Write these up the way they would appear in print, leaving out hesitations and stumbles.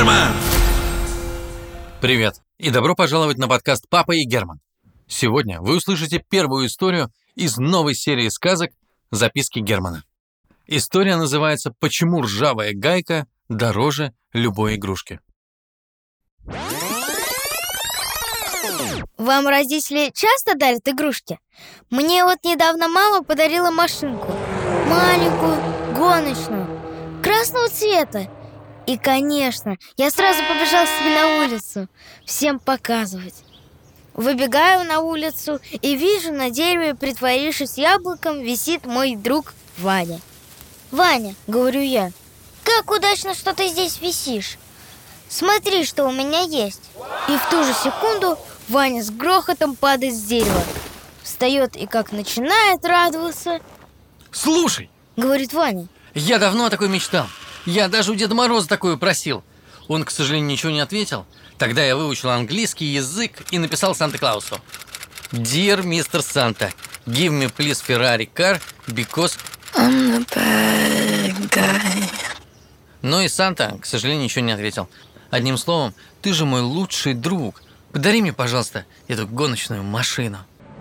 Герман! Привет и добро пожаловать на подкаст «Папа и Герман». Сегодня вы услышите первую историю из новой серии сказок «Записки Германа». История называется «Почему ржавая гайка дороже любой игрушки». Вам родители часто дарят игрушки? Мне вот недавно мама подарила машинку. Маленькую, гоночную, красного цвета. И, конечно, я сразу побежал с ней на улицу всем показывать. Выбегаю на улицу и вижу, на дереве, притворившись яблоком, висит мой друг Ваня. «Ваня», — говорю я, — «как удачно, что ты здесь висишь. Смотри, что у меня есть». И в ту же секунду Ваня с грохотом падает с дерева. Встает и как начинает радоваться. «Слушай», — говорит Ваня, — «я давно о такой мечтал. Я даже у Деда Мороза такую просил. Он, к сожалению, ничего не ответил. Тогда я выучил английский язык и написал Санта-Клаусу: Dear Mr. Santa, give me please Ferrari car because I'm the bad guy. Но и Санта, к сожалению, ничего не ответил. Одним словом, ты же мой лучший друг. Подари мне, пожалуйста, эту гоночную машину.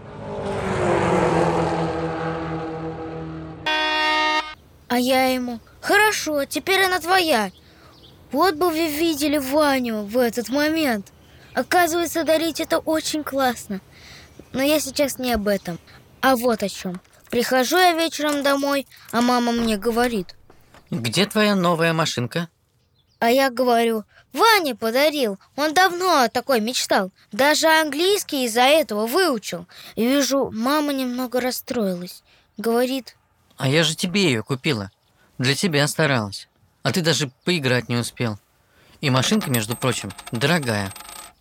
а я ему: «Хорошо, теперь она твоя». Вот бы вы видели Ваню в этот момент. Оказывается, дарить это очень классно. Но я сейчас не об этом, а вот о чем. Прихожу я вечером домой, а мама мне говорит: Где твоя новая машинка? а я говорю: Ваня подарил, он давно о такой мечтал. Даже английский из-за этого выучил. И вижу, мама немного расстроилась. Говорит: А я же тебе ее купила. Для тебя старалась. А ты даже поиграть не успел. И машинка, между прочим, дорогая.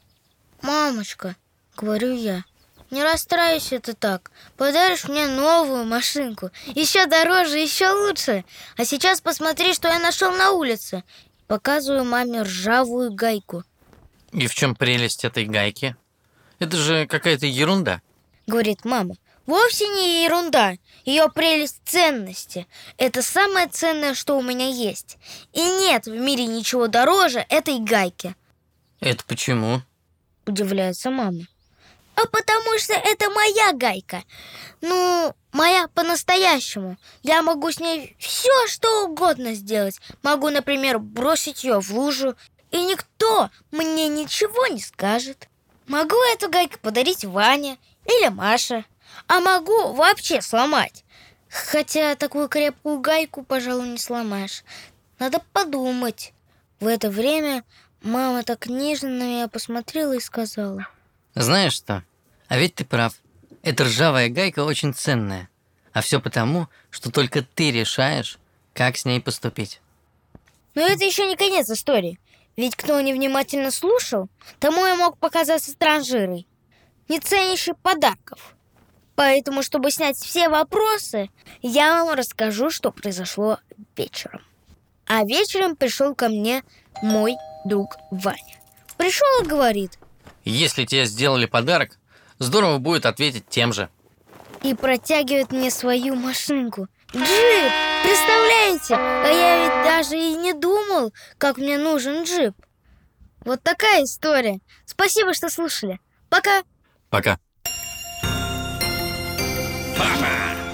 «Мамочка, — говорю я, — не расстраивайся ты так. Подаришь мне новую машинку. Еще дороже, еще лучше. А сейчас посмотри, что я нашел на улице». Показываю маме ржавую гайку. И в чем прелесть этой гайки? Это же какая-то ерунда. Говорит мама: «Вовсе не ерунда. Ее прелесть в ценности. Это самое ценное, что у меня есть. И нет в мире ничего дороже этой гайки». Это почему? Удивляется мама. «А потому что это моя гайка. Ну, моя по-настоящему. Я могу с ней все, что угодно сделать. Могу, например, бросить ее в лужу, и никто мне ничего не скажет. Могу эту гайку подарить Ване или Маше, а могу вообще сломать. Хотя такую крепкую гайку, пожалуй, не сломаешь. Надо подумать». В это время мама так нежно на меня посмотрела и сказала: Знаешь что? А ведь ты прав. Эта ржавая гайка очень ценная. А все потому, что только ты решаешь, как с ней поступить. Но это еще не конец истории. Ведь кто невнимательно слушал, тому и мог показаться транжирой, не ценящий подарков. Поэтому, чтобы снять все вопросы, я вам расскажу, что произошло вечером. А вечером пришел ко мне мой друг Ваня. Пришел и говорит: Если тебе сделали подарок, здорово будет ответить тем же. и протягивает мне свою машинку. Джип! Представляете? А я ведь даже и не думал, как мне нужен джип. Вот такая история. Спасибо, что слушали. Пока! Пока. Папа!